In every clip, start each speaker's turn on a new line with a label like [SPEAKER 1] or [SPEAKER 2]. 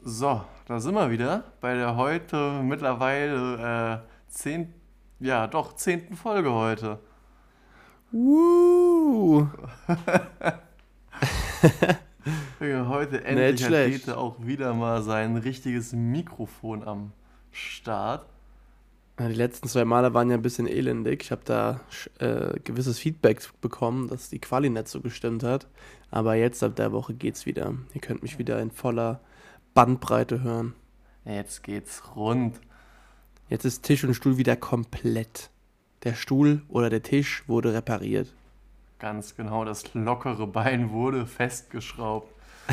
[SPEAKER 1] So, da sind wir wieder bei der heute mittlerweile 10. Folge heute.
[SPEAKER 2] Woo!
[SPEAKER 1] Heute
[SPEAKER 2] Nicht
[SPEAKER 1] endlich hat Dete
[SPEAKER 2] schlecht.
[SPEAKER 1] auch wieder mal sein richtiges Mikrofon am Start.
[SPEAKER 2] Ja, die letzten 2 Male waren ja ein bisschen elendig. Ich habe da gewisses Feedback bekommen, dass die Quali nicht so gestimmt hat. Aber jetzt ab der Woche geht's wieder. Ihr könnt mich wieder in voller Bandbreite hören.
[SPEAKER 1] Jetzt geht's rund.
[SPEAKER 2] Jetzt ist Tisch und Stuhl wieder komplett. Der Stuhl oder der Tisch wurde repariert.
[SPEAKER 1] Ganz genau, das lockere Bein wurde festgeschraubt.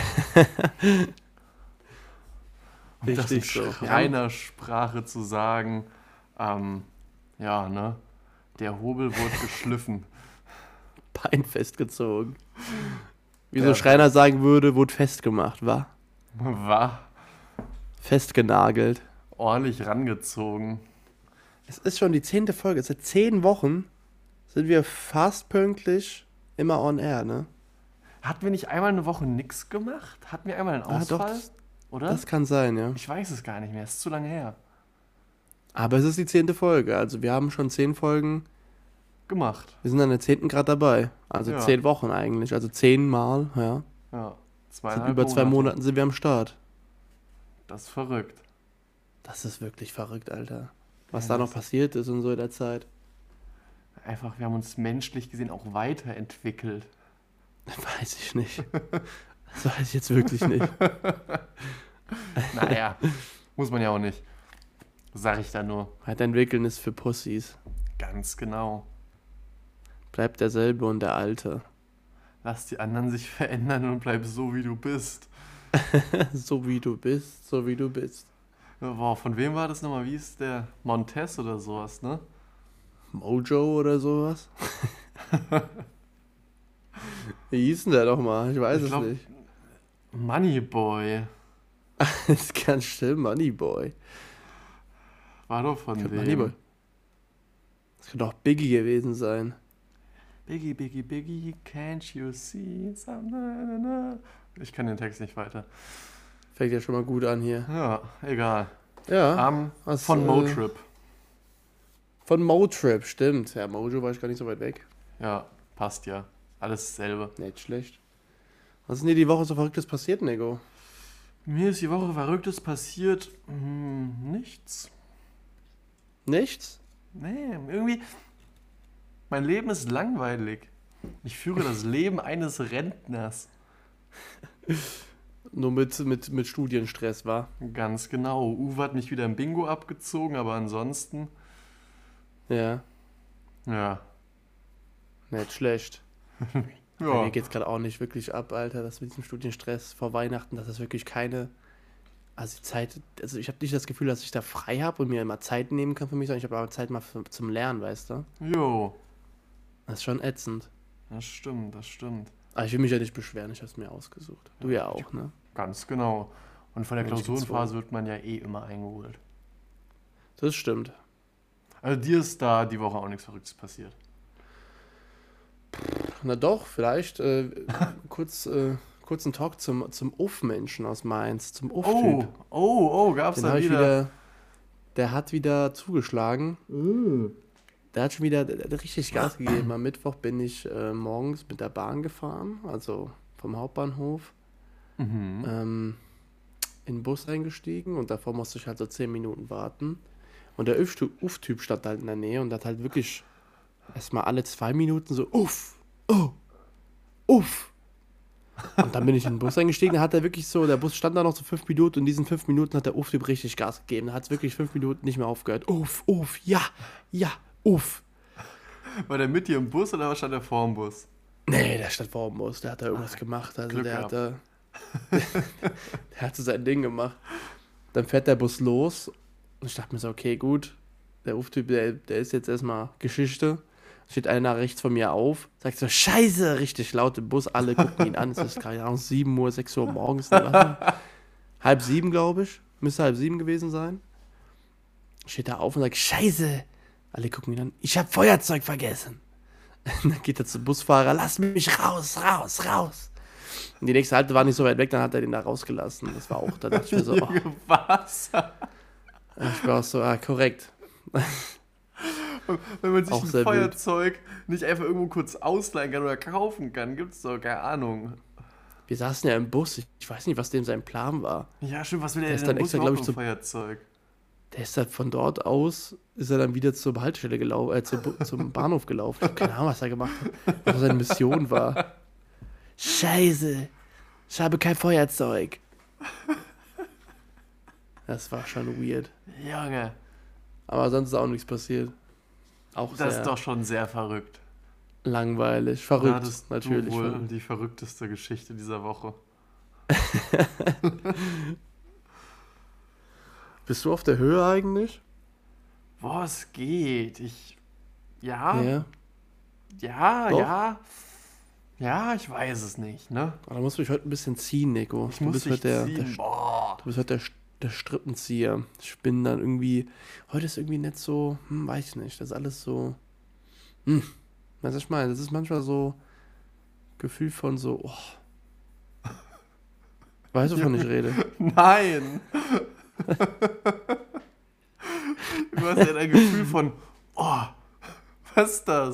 [SPEAKER 1] Um das in
[SPEAKER 2] Richtig so.
[SPEAKER 1] Schreinersprache zu sagen, ja, ne? Der Hobel wurde geschliffen.
[SPEAKER 2] Bein festgezogen. Wie so
[SPEAKER 1] Der
[SPEAKER 2] ein Schreiner sagen würde, wurde festgemacht, war?
[SPEAKER 1] war
[SPEAKER 2] Festgenagelt.
[SPEAKER 1] ordentlich rangezogen.
[SPEAKER 2] Es ist schon die 10. Folge. Seit 10 Wochen sind wir fast pünktlich immer on air, ne?
[SPEAKER 1] Hatten wir nicht einmal eine Woche nichts gemacht? Hatten wir einmal einen
[SPEAKER 2] Ah, doch,
[SPEAKER 1] Ausfall?
[SPEAKER 2] das,
[SPEAKER 1] Oder?
[SPEAKER 2] das kann sein, ja.
[SPEAKER 1] Ich weiß es gar nicht mehr, ist zu lange her.
[SPEAKER 2] Aber es ist die 10. Folge. Also wir haben schon 10 Folgen.
[SPEAKER 1] Gemacht.
[SPEAKER 2] Wir sind an der 10. gerade dabei. Also
[SPEAKER 1] Ja.
[SPEAKER 2] 10 Wochen eigentlich. Also 10 Mal, ja.
[SPEAKER 1] Ja,
[SPEAKER 2] Seit
[SPEAKER 1] 2,5
[SPEAKER 2] über 2 Monaten sind wir am Start.
[SPEAKER 1] Das ist verrückt.
[SPEAKER 2] Das ist wirklich verrückt, Alter. Was
[SPEAKER 1] Ja,
[SPEAKER 2] da noch
[SPEAKER 1] das-
[SPEAKER 2] passiert ist und so in der Zeit.
[SPEAKER 1] Einfach, wir haben uns menschlich gesehen auch weiterentwickelt.
[SPEAKER 2] Weiß ich nicht. Das weiß ich jetzt wirklich nicht.
[SPEAKER 1] Naja, muss man ja auch nicht. Sag ich da nur.
[SPEAKER 2] Weiterentwickeln ist für Pussys.
[SPEAKER 1] Ganz genau.
[SPEAKER 2] Bleibt derselbe und der Alte.
[SPEAKER 1] Lass die anderen sich verändern und bleib so, wie du bist.
[SPEAKER 2] So wie du bist, so wie du bist.
[SPEAKER 1] Wow, von wem war das nochmal? Wie ist der? Montez oder sowas, ne?
[SPEAKER 2] Mojo oder sowas? Wie hieß denn der doch mal? Ich weiß
[SPEAKER 1] Ich
[SPEAKER 2] es
[SPEAKER 1] glaub,
[SPEAKER 2] nicht.
[SPEAKER 1] Moneyboy.
[SPEAKER 2] Das kann stimmen, Moneyboy.
[SPEAKER 1] War doch von
[SPEAKER 2] Könnte
[SPEAKER 1] dem.
[SPEAKER 2] Moneyboy. Das könnte auch Biggie gewesen sein.
[SPEAKER 1] Biggie, Biggie, Biggie, can't you see something? Ich kann den Text nicht weiter.
[SPEAKER 2] Fängt ja schon mal gut an hier.
[SPEAKER 1] Ja, egal.
[SPEAKER 2] Ja, was,
[SPEAKER 1] Von Motrip.
[SPEAKER 2] von Motrip, stimmt. Ja, Mojo war ich gar nicht so weit weg.
[SPEAKER 1] Ja, passt ja. Alles dasselbe.
[SPEAKER 2] Nicht schlecht. Was ist denn dir die Woche so Verrücktes passiert, Nego?
[SPEAKER 1] Mir ist die Woche Verrücktes passiert. Nichts.
[SPEAKER 2] Nichts?
[SPEAKER 1] Nee, irgendwie. Mein Leben ist langweilig. Ich führe das Leben eines Rentners.
[SPEAKER 2] Nur mit Studienstress, war?
[SPEAKER 1] Ganz genau. Uwe hat mich wieder im Bingo abgezogen, aber ansonsten.
[SPEAKER 2] Ja,
[SPEAKER 1] Ja.
[SPEAKER 2] nicht schlecht. Bei
[SPEAKER 1] Ja.
[SPEAKER 2] mir geht's gerade auch nicht wirklich ab, Alter, das mit diesem Studienstress vor Weihnachten, das ist wirklich keine. Also die Zeit, also ich habe nicht das Gefühl, dass ich da frei habe und mir immer Zeit nehmen kann für mich, sondern ich habe aber Zeit mal zum Lernen, weißt du?
[SPEAKER 1] Jo.
[SPEAKER 2] Das ist schon ätzend.
[SPEAKER 1] Das stimmt, das stimmt.
[SPEAKER 2] Aber ich will mich ja nicht beschweren, ich habe es mir ausgesucht. Du ja auch, ne?
[SPEAKER 1] Ganz genau. Und von der
[SPEAKER 2] Bin ich
[SPEAKER 1] Klausurenphase wird man ja eh immer eingeholt.
[SPEAKER 2] Das stimmt.
[SPEAKER 1] Also dir ist da die Woche auch nichts Verrücktes passiert.
[SPEAKER 2] Na doch, vielleicht kurzen Talk zum Uff-Menschen aus Mainz, zum Uff-Typ.
[SPEAKER 1] Gab's
[SPEAKER 2] Den
[SPEAKER 1] da
[SPEAKER 2] habe ich
[SPEAKER 1] wieder.
[SPEAKER 2] wieder, der hat wieder zugeschlagen. Der hat schon wieder der hat richtig Gas gegeben. Am Mittwoch bin ich morgens mit der Bahn gefahren, also vom Hauptbahnhof, in den Bus eingestiegen und davor musste ich halt so 10 Minuten warten. Und der Uff-Typ stand halt in der Nähe und hat halt wirklich erstmal alle 2 Minuten so Uff, oh, Uff. Und dann bin ich in den Bus eingestiegen, da hat er wirklich so, der Bus stand da noch so 5 Minuten und in diesen 5 Minuten hat der Uff-Typ richtig Gas gegeben. Da hat es wirklich 5 Minuten nicht mehr aufgehört. Uff, Uff, ja, ja, Uff.
[SPEAKER 1] War der mit dir im Bus oder stand der vor dem Bus?
[SPEAKER 2] Nee, der stand vor dem Bus, der hat da irgendwas gemacht. Also
[SPEAKER 1] Glück
[SPEAKER 2] der
[SPEAKER 1] gehabt.
[SPEAKER 2] hat der hat so sein Ding gemacht. Dann fährt der Bus los und ich dachte mir so, okay, gut, der Uff-Typ, der ist jetzt erstmal Geschichte. Steht einer rechts von mir auf, sagt so, Scheiße, richtig laut im Bus, alle gucken ihn an, es ist keine Ahnung, 7 Uhr, 6 Uhr morgens, halb 7, glaube ich, müsste halb 7 gewesen sein. Steht da auf und sagt, Scheiße, alle gucken ihn an, ich habe Feuerzeug vergessen. Und dann geht er zum Busfahrer, lass mich raus, raus, raus. Und die nächste Halte war nicht so weit weg, dann hat er den da rausgelassen. Das war auch, da dachte ich mir so, oh.
[SPEAKER 1] Was?
[SPEAKER 2] Ich war auch so, korrekt.
[SPEAKER 1] Wenn man sich
[SPEAKER 2] Auch
[SPEAKER 1] ein
[SPEAKER 2] sehr wild.
[SPEAKER 1] Feuerzeug nicht einfach irgendwo kurz ausleihen kann oder kaufen kann, gibt's doch keine Ahnung.
[SPEAKER 2] Wir saßen ja im Bus, ich weiß nicht, was dem sein Plan war.
[SPEAKER 1] Ja, stimmt, was will
[SPEAKER 2] Der
[SPEAKER 1] er
[SPEAKER 2] ist
[SPEAKER 1] denn
[SPEAKER 2] dann
[SPEAKER 1] im Bus
[SPEAKER 2] extra, glaub
[SPEAKER 1] überhaupt
[SPEAKER 2] ich,
[SPEAKER 1] mit dem Feuerzeug?
[SPEAKER 2] Der ist dann von dort aus, ist er dann wieder zur Haltestelle gelaufen, zum Bahnhof gelaufen. Ich habe keine Ahnung, was er gemacht hat, was seine Mission war. Scheiße, ich habe kein Feuerzeug. Das war schon weird.
[SPEAKER 1] Junge,
[SPEAKER 2] Aber sonst ist auch nichts passiert. Auch
[SPEAKER 1] das
[SPEAKER 2] sehr
[SPEAKER 1] ist doch schon sehr verrückt.
[SPEAKER 2] langweilig.
[SPEAKER 1] Da
[SPEAKER 2] Verrückt,
[SPEAKER 1] hattest du
[SPEAKER 2] natürlich.
[SPEAKER 1] wohl
[SPEAKER 2] Verrückt.
[SPEAKER 1] die verrückteste Geschichte dieser Woche.
[SPEAKER 2] Bist du auf der Höhe eigentlich?
[SPEAKER 1] Boah, es geht. Ja,
[SPEAKER 2] Ja.
[SPEAKER 1] ja,
[SPEAKER 2] Doch?
[SPEAKER 1] ja. Ja, ich weiß es nicht, ne?
[SPEAKER 2] Aber da musst du dich heute ein bisschen ziehen, Nico.
[SPEAKER 1] Ich
[SPEAKER 2] Du
[SPEAKER 1] muss
[SPEAKER 2] bist
[SPEAKER 1] dich
[SPEAKER 2] heute
[SPEAKER 1] ziehen. Boah.
[SPEAKER 2] du bist heute der Strippenzieher. Ich bin dann irgendwie, heute ist irgendwie nicht so, weiß ich nicht, das ist alles so, weißt du, was ich meine? Das ist manchmal so Gefühl von so, oh. Weißt du, wovon ich rede?
[SPEAKER 1] Nein! Du hast ja ein Gefühl von, oh, was ist das?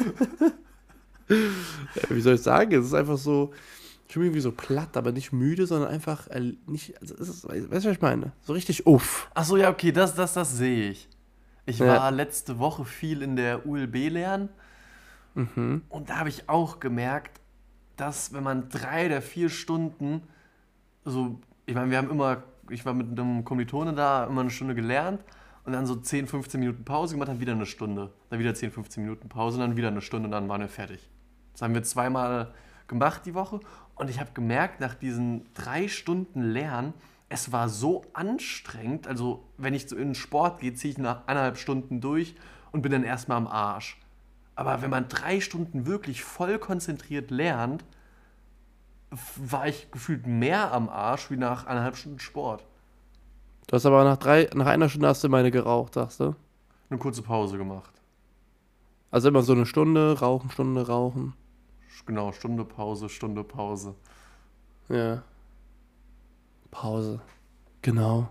[SPEAKER 2] Wie soll ich sagen? Es ist einfach so, ich bin irgendwie so platt, aber nicht müde, sondern einfach nicht, also weißt du, was ich meine? So richtig uff.
[SPEAKER 1] Achso, ja, okay, das sehe ich. Ich
[SPEAKER 2] Ja.
[SPEAKER 1] war letzte Woche viel in der ULB lernen und da habe ich auch gemerkt, dass wenn man 3 oder 4 Stunden, so, ich meine, ich war mit einem Kommilitone da, immer eine Stunde gelernt und dann so 10, 15 Minuten Pause gemacht, dann wieder eine Stunde, dann wieder 10, 15 Minuten Pause und dann wieder eine Stunde und dann waren wir fertig. Das haben wir 2-mal gemacht die Woche und ich habe gemerkt, nach diesen 3 Stunden Lernen, es war so anstrengend, also wenn ich so in den Sport gehe, ziehe ich nach 1,5 Stunden durch und bin dann erstmal am Arsch. Aber wenn man 3 Stunden wirklich voll konzentriert lernt, war ich gefühlt mehr am Arsch wie nach 1,5 Stunden Sport.
[SPEAKER 2] Du hast aber nach einer Stunde hast du meine geraucht, sagst du?
[SPEAKER 1] Eine kurze Pause gemacht.
[SPEAKER 2] Also immer so eine Stunde rauchen.
[SPEAKER 1] Genau, Stunde Pause, Stunde Pause.
[SPEAKER 2] Ja. Pause. Genau.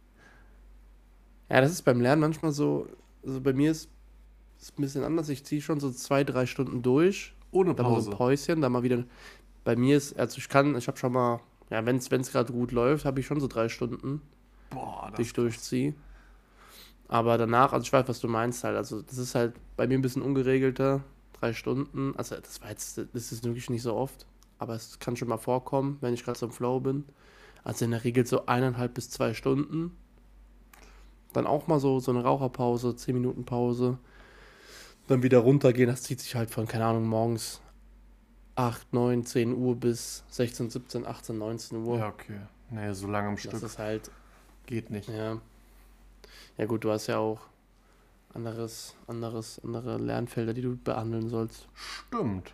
[SPEAKER 2] Ja, das ist beim Lernen manchmal so, also bei mir ist es ein bisschen anders. Ich ziehe schon so 2-3 Stunden durch.
[SPEAKER 1] Ohne
[SPEAKER 2] Dann mal so
[SPEAKER 1] Pause.
[SPEAKER 2] ein Päuschen, dann mal wieder. Bei mir ist, also ich habe schon mal, ja, wenn es gerade gut läuft, habe ich schon so 3 Stunden,
[SPEAKER 1] Boah,
[SPEAKER 2] die ich durchziehe. Aber danach, also ich weiß, was du meinst halt. Also das ist halt bei mir ein bisschen ungeregelter. 3 Stunden. Also das ist wirklich nicht so oft. Aber es kann schon mal vorkommen, wenn ich gerade so im Flow bin. Also in der Regel so 1,5 bis 2 Stunden. Dann auch mal so eine Raucherpause, 10 Minuten Pause. Dann wieder runtergehen. Das zieht sich halt von, keine Ahnung, morgens 8, 9, 10 Uhr bis 16, 17, 18, 19 Uhr.
[SPEAKER 1] Ja, okay. Nee, so lange am
[SPEAKER 2] Das
[SPEAKER 1] Stück
[SPEAKER 2] ist halt,
[SPEAKER 1] geht nicht.
[SPEAKER 2] ja. Ja gut, du hast ja auch andere Lernfelder, die du behandeln sollst.
[SPEAKER 1] Stimmt.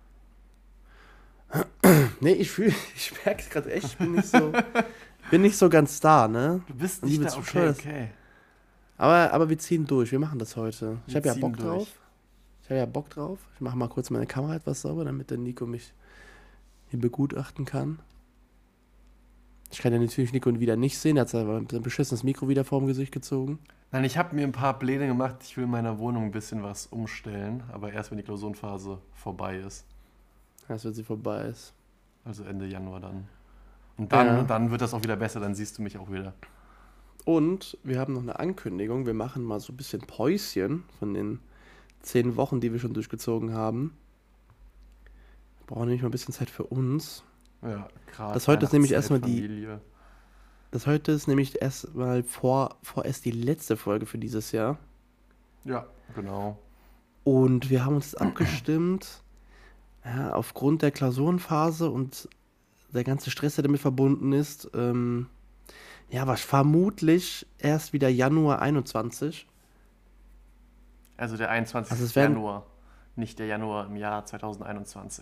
[SPEAKER 2] Nee, ich merke es gerade echt, ich bin nicht so ganz da, ne?
[SPEAKER 1] Du bist
[SPEAKER 2] Liebe
[SPEAKER 1] nicht da,
[SPEAKER 2] Zuschauer,
[SPEAKER 1] okay.
[SPEAKER 2] Aber wir ziehen durch, wir machen das heute. Ich
[SPEAKER 1] Wir
[SPEAKER 2] habe ja
[SPEAKER 1] ziehen
[SPEAKER 2] Bock
[SPEAKER 1] durch.
[SPEAKER 2] drauf. Ich mache mal kurz meine Kamera etwas sauber, damit der Nico mich hier begutachten kann. Ich kann ja natürlich Nico wieder nicht sehen, er hat sein beschissenes Mikro wieder vorm Gesicht gezogen.
[SPEAKER 1] Nein, ich habe mir ein paar Pläne gemacht. Ich will in meiner Wohnung ein bisschen was umstellen, aber erst wenn die Klausurenphase vorbei ist.
[SPEAKER 2] Erst wenn sie vorbei ist.
[SPEAKER 1] Also Ende Januar dann. Und
[SPEAKER 2] Ja.
[SPEAKER 1] dann wird das auch wieder besser, dann siehst du mich auch wieder.
[SPEAKER 2] Und wir haben noch eine Ankündigung. Wir machen mal so ein bisschen Päuschen von den 10 Wochen, die wir schon durchgezogen haben. Wir brauchen nämlich mal ein bisschen Zeit für uns.
[SPEAKER 1] Ja, gerade.
[SPEAKER 2] Das heute ist nämlich erstmal
[SPEAKER 1] Familie.
[SPEAKER 2] Das heute ist nämlich erstmal vorerst die letzte Folge für dieses Jahr.
[SPEAKER 1] Ja, genau.
[SPEAKER 2] Und wir haben uns abgestimmt, ja, aufgrund der Klausurenphase und der ganze Stress, der damit verbunden ist, was vermutlich erst wieder Januar 21.
[SPEAKER 1] Also der 21.
[SPEAKER 2] Also es werden-
[SPEAKER 1] Januar, nicht der Januar im Jahr 2021.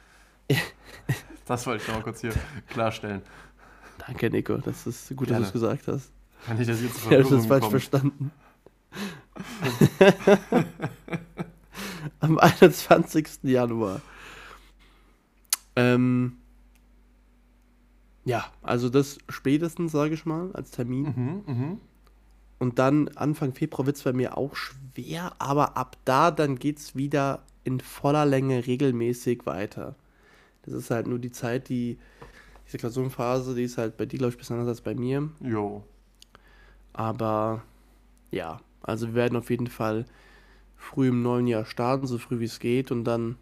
[SPEAKER 1] Das wollte ich noch mal kurz hier klarstellen.
[SPEAKER 2] Danke, Nico. Das ist gut,
[SPEAKER 1] Gerne.
[SPEAKER 2] dass du es gesagt hast.
[SPEAKER 1] Kann ich das jetzt
[SPEAKER 2] Ich habe das
[SPEAKER 1] Verwirrung
[SPEAKER 2] falsch
[SPEAKER 1] kommt.
[SPEAKER 2] verstanden. Am 21. Januar. Ja, also das spätestens, sage ich mal, als Termin. Und dann Anfang Februar wird es bei mir auch schwer, aber ab da dann geht es wieder in voller Länge regelmäßig weiter. Das ist halt nur die Zeit, diese Klausurenphase, die ist halt bei dir, glaube ich, ein bisschen anders als bei mir.
[SPEAKER 1] Jo.
[SPEAKER 2] Aber ja, also wir werden auf jeden Fall früh im neuen Jahr starten, so früh wie es geht, und dann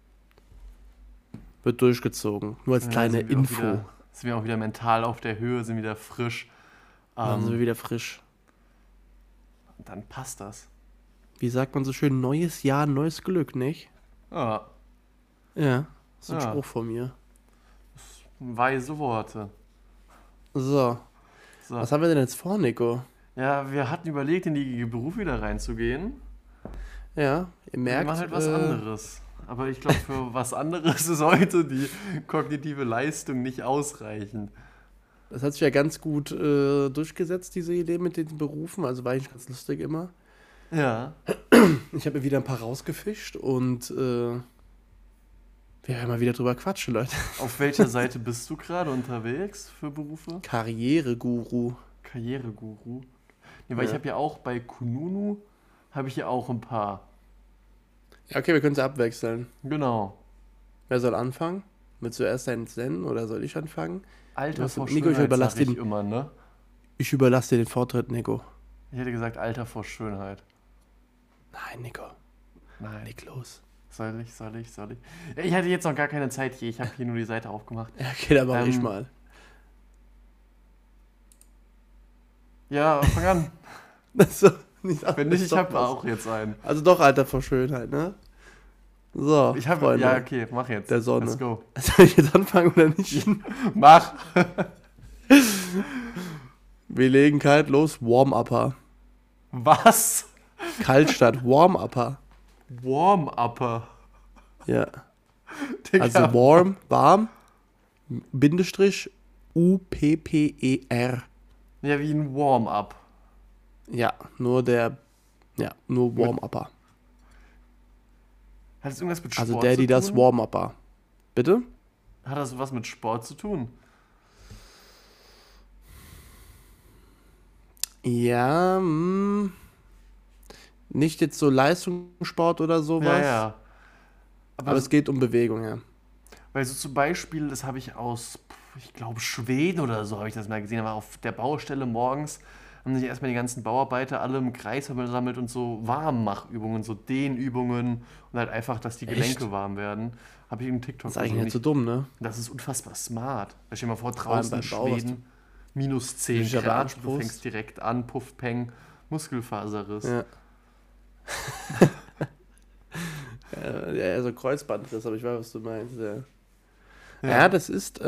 [SPEAKER 2] wird durchgezogen. Nur als kleine Info.
[SPEAKER 1] Sind wir auch wieder mental auf der Höhe, sind wieder frisch.
[SPEAKER 2] Dann sind wir wieder frisch.
[SPEAKER 1] Dann passt das.
[SPEAKER 2] Wie sagt man so schön, neues Jahr, neues Glück, nicht?
[SPEAKER 1] Ja.
[SPEAKER 2] Ja, das ist ein
[SPEAKER 1] Ja.
[SPEAKER 2] Spruch von mir.
[SPEAKER 1] Weise Worte.
[SPEAKER 2] So, was haben wir denn jetzt vor, Nico?
[SPEAKER 1] Ja, wir hatten überlegt, in die Berufe wieder reinzugehen.
[SPEAKER 2] Ja, ihr merkt.
[SPEAKER 1] Wir machen halt was anderes. Aber ich glaube, für was anderes ist heute die kognitive Leistung nicht ausreichend.
[SPEAKER 2] Das hat sich ja ganz gut durchgesetzt, diese Idee mit den Berufen. Also war eigentlich ganz lustig immer.
[SPEAKER 1] Ja.
[SPEAKER 2] Ich habe mir wieder ein paar rausgefischt und wir werden mal wieder drüber quatschen, Leute.
[SPEAKER 1] Auf welcher Seite bist du gerade unterwegs für Berufe?
[SPEAKER 2] Karriereguru.
[SPEAKER 1] Karriereguru. Nee, weil ich habe ja auch bei Kununu, habe ich ja auch ein paar.
[SPEAKER 2] Ja, okay, wir können es abwechseln.
[SPEAKER 1] Genau.
[SPEAKER 2] Wer soll anfangen? Willst du erst einen nennen oder soll ich anfangen?
[SPEAKER 1] Alter vor
[SPEAKER 2] Nico,
[SPEAKER 1] Schönheit, sag ich immer, ne?
[SPEAKER 2] Ich überlasse dir den Vortritt, Nico.
[SPEAKER 1] Ich hätte gesagt Alter vor Schönheit.
[SPEAKER 2] Nein, Nico.
[SPEAKER 1] Nein.
[SPEAKER 2] Leg los.
[SPEAKER 1] Soll ich? Ja, ich hatte jetzt noch gar keine Zeit hier. Ich habe hier nur die Seite aufgemacht.
[SPEAKER 2] Ja, okay, dann mach ich mal.
[SPEAKER 1] Ja, fang an.
[SPEAKER 2] So, nicht
[SPEAKER 1] Wenn nicht, ich habe
[SPEAKER 2] was.
[SPEAKER 1] auch jetzt einen.
[SPEAKER 2] Also doch Alter vor Schönheit, ne? So,
[SPEAKER 1] Ich habe,
[SPEAKER 2] Freunde,
[SPEAKER 1] ja, okay, mach jetzt.
[SPEAKER 2] der Sonne.
[SPEAKER 1] Let's go.
[SPEAKER 2] Soll ich jetzt anfangen oder nicht?
[SPEAKER 1] Mach.
[SPEAKER 2] Wir legen kalt los. Warm-Upper.
[SPEAKER 1] Was?
[SPEAKER 2] Kalt statt Warm-Upper.
[SPEAKER 1] Warm-Upper.
[SPEAKER 2] Ja.
[SPEAKER 1] Digga.
[SPEAKER 2] Also warm, Bindestrich, UPPER.
[SPEAKER 1] Ja, wie ein Warm-Up.
[SPEAKER 2] Ja, nur Warm-Upper.
[SPEAKER 1] Hat das irgendwas mit Sport
[SPEAKER 2] Also
[SPEAKER 1] zu
[SPEAKER 2] der,
[SPEAKER 1] tun?
[SPEAKER 2] die das Warm-Upper. Bitte?
[SPEAKER 1] Hat das was mit Sport zu tun?
[SPEAKER 2] Ja, nicht jetzt so Leistungssport oder sowas.
[SPEAKER 1] Ja.
[SPEAKER 2] Aber es geht um Bewegung, ja.
[SPEAKER 1] Weil so zum Beispiel, das habe ich aus, ich glaube, Schweden oder so habe ich das mal gesehen, aber auf der Baustelle morgens haben sich erstmal die ganzen Bauarbeiter alle im Kreis versammelt und so Warmmachübungen, so Dehnübungen und halt einfach, dass die Gelenke
[SPEAKER 2] Echt?
[SPEAKER 1] warm werden. Habe ich im TikTok
[SPEAKER 2] Das ist eigentlich
[SPEAKER 1] gesehen.
[SPEAKER 2] nicht so dumm, ne?
[SPEAKER 1] Das ist unfassbar smart. Stell dir mal vor,
[SPEAKER 2] allem
[SPEAKER 1] draußen in
[SPEAKER 2] beim Bau, was
[SPEAKER 1] Schweden, minus 10
[SPEAKER 2] dich aber
[SPEAKER 1] Grad, du
[SPEAKER 2] anspruchst.
[SPEAKER 1] fängst direkt an, Puff, Peng, Muskelfaserriss.
[SPEAKER 2] Ja. Ja, also Kreuzbandriss, aber ich weiß, was du meinst, ja. Ja, das ist,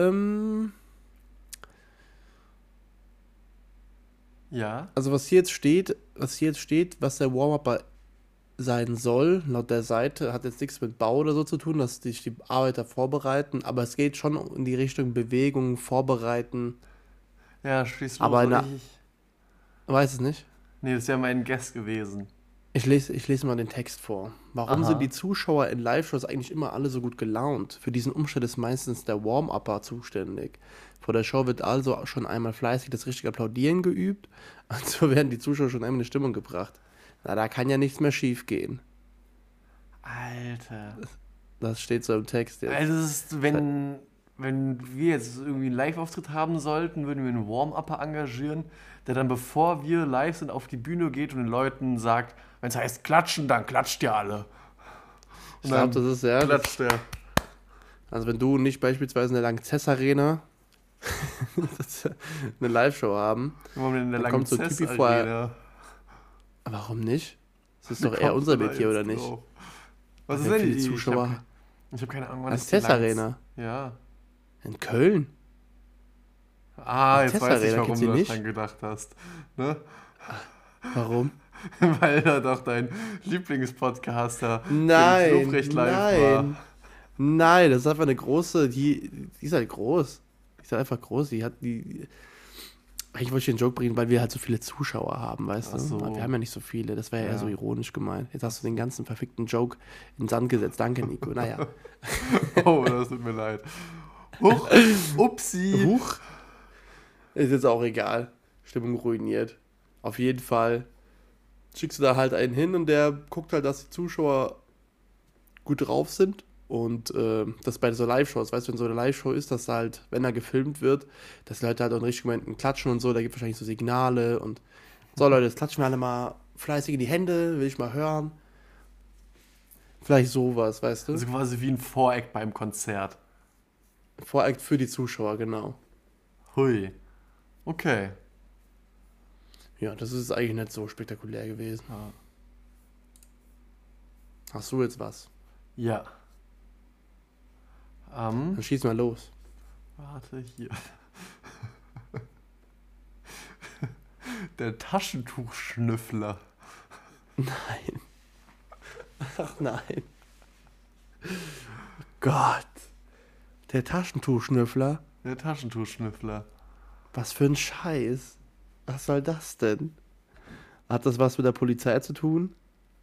[SPEAKER 1] Ja.
[SPEAKER 2] also was hier jetzt steht, was der Warm-Upper sein soll, laut der Seite, hat jetzt nichts mit Bau oder so zu tun, dass sich die Arbeiter vorbereiten, aber es geht schon in die Richtung Bewegung, vorbereiten.
[SPEAKER 1] Ja, schließ los.
[SPEAKER 2] Aber
[SPEAKER 1] oder
[SPEAKER 2] na- Weiß es nicht.
[SPEAKER 1] Nee, das wäre mein Guess gewesen.
[SPEAKER 2] Ich lese mal den Text vor. Warum
[SPEAKER 1] Aha.
[SPEAKER 2] sind die Zuschauer in Live-Shows eigentlich immer alle so gut gelaunt? Für diesen Umstand ist meistens der Warm-Upper zuständig. Vor der Show wird also schon einmal fleißig das richtige Applaudieren geübt, und so werden die Zuschauer schon einmal in die Stimmung gebracht. Na, da kann ja nichts mehr schief gehen.
[SPEAKER 1] Alter.
[SPEAKER 2] Das steht so im Text jetzt.
[SPEAKER 1] Also, es ist, wenn wir jetzt irgendwie einen Live-Auftritt haben sollten, würden wir einen Warm-Upper engagieren, der dann, bevor wir live sind, auf die Bühne geht und den Leuten sagt, wenn es heißt klatschen, dann klatscht ihr alle.
[SPEAKER 2] Ich glaube, das ist ja.
[SPEAKER 1] Klatscht der.
[SPEAKER 2] Also, wenn du und ich beispielsweise in der Lanxess Arena eine Live-Show haben,
[SPEAKER 1] Warum denn in der
[SPEAKER 2] Dann kommt so ein Typi
[SPEAKER 1] Lanxess-Arena?
[SPEAKER 2] warum nicht? Das ist
[SPEAKER 1] Wie
[SPEAKER 2] doch eher
[SPEAKER 1] kommst
[SPEAKER 2] unser
[SPEAKER 1] du da
[SPEAKER 2] Metier, oder
[SPEAKER 1] jetzt
[SPEAKER 2] nicht?
[SPEAKER 1] drauf? Was
[SPEAKER 2] Wenn
[SPEAKER 1] ist denn
[SPEAKER 2] viele
[SPEAKER 1] die
[SPEAKER 2] Zuschauer?
[SPEAKER 1] Ich habe keine Ahnung, wann
[SPEAKER 2] Lanxess Arena.
[SPEAKER 1] Ja.
[SPEAKER 2] In Köln?
[SPEAKER 1] Jetzt
[SPEAKER 2] Lanxess
[SPEAKER 1] weiß ich,
[SPEAKER 2] Arena,
[SPEAKER 1] warum
[SPEAKER 2] kennst
[SPEAKER 1] du
[SPEAKER 2] du
[SPEAKER 1] das
[SPEAKER 2] nicht?
[SPEAKER 1] dran gedacht hast. Ne?
[SPEAKER 2] Warum?
[SPEAKER 1] Weil da doch dein Lieblingspodcaster
[SPEAKER 2] Nein,
[SPEAKER 1] Felix Lobrecht live war.
[SPEAKER 2] Nein, das ist einfach eine große, die ist halt groß. Die ist halt einfach groß. Eigentlich wollte ich den Joke bringen, weil wir halt so viele Zuschauer haben, weißt
[SPEAKER 1] Ach
[SPEAKER 2] du?
[SPEAKER 1] so.
[SPEAKER 2] Aber wir haben ja nicht so viele, das wäre ja eher
[SPEAKER 1] Ja.
[SPEAKER 2] so ironisch gemeint. Jetzt hast du den ganzen verfickten Joke in den Sand gesetzt. Danke, Nico. Naja.
[SPEAKER 1] Oh, das tut mir leid. Huch, upsi.
[SPEAKER 2] Huch. Ist jetzt auch egal. Stimmung ruiniert. Auf jeden Fall schickst du da halt einen hin und der guckt halt, dass die Zuschauer gut drauf sind. Und das bei so Live-Shows, weißt du, wenn so eine Live-Show ist, dass da halt, wenn da gefilmt wird, dass die Leute halt auch in richtigen Momenten klatschen und so, da gibt es wahrscheinlich so Signale und so, Leute, jetzt klatschen wir alle mal fleißig in die Hände, will ich mal hören. Vielleicht sowas, weißt du?
[SPEAKER 1] Also quasi wie ein Voreact beim Konzert.
[SPEAKER 2] Voreact für die Zuschauer, genau.
[SPEAKER 1] Hui. Okay.
[SPEAKER 2] Ja, das ist eigentlich nicht so spektakulär gewesen.
[SPEAKER 1] Ja.
[SPEAKER 2] Hast du jetzt was?
[SPEAKER 1] Ja.
[SPEAKER 2] Dann schieß mal los.
[SPEAKER 1] Warte, hier. Der Taschentuchschnüffler.
[SPEAKER 2] Nein. Ach nein. Gott. Der Taschentuchschnüffler?
[SPEAKER 1] Der Taschentuchschnüffler.
[SPEAKER 2] Was für ein Scheiß. Was soll das denn? Hat das was mit der Polizei zu tun?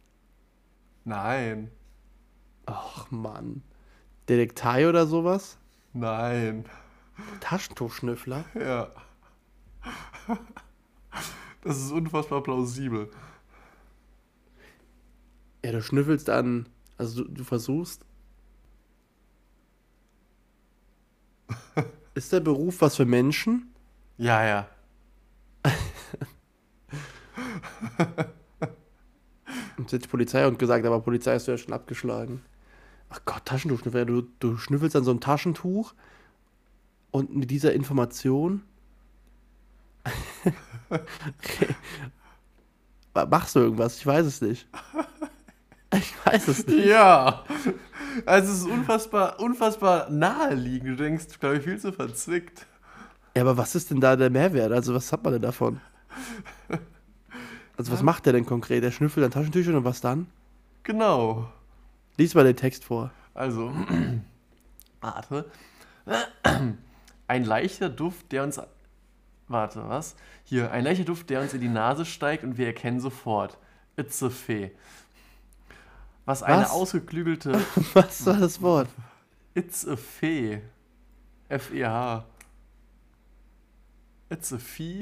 [SPEAKER 1] Nein.
[SPEAKER 2] Ach Mann. Detektei oder sowas?
[SPEAKER 1] Nein.
[SPEAKER 2] Taschentuchschnüffler?
[SPEAKER 1] Ja. Das ist unfassbar plausibel.
[SPEAKER 2] Ja, du schnüffelst an. Also du versuchst. Ist der Beruf was für Menschen?
[SPEAKER 1] Ja, ja.
[SPEAKER 2] Und jetzt die Polizei und gesagt, aber Polizei hast du ja schon abgeschlagen. Ach Gott, Taschentuchschnüffler. Du schnüffelst an so einem Taschentuch und mit dieser Information. Okay. Machst du irgendwas? Ich weiß es nicht. Ich weiß es nicht.
[SPEAKER 1] Ja. Also es ist unfassbar naheliegend. Du denkst, glaube ich, viel zu verzwickt.
[SPEAKER 2] Ja, aber was ist denn da der Mehrwert? Also was hat man denn davon? Also was macht der denn konkret? Der schnüffelt an Taschentüchern und was dann?
[SPEAKER 1] Genau.
[SPEAKER 2] Lies mal den Text vor.
[SPEAKER 1] Also, warte. Ein leichter Duft, der uns... Warte, was? Hier, ein leichter Duft, der uns in die Nase steigt und wir erkennen sofort. It's a Fee. Was eine
[SPEAKER 2] Was?
[SPEAKER 1] ausgeklügelte...
[SPEAKER 2] Was war das Wort?
[SPEAKER 1] It's a Fee. F-E-H. It's a Fee?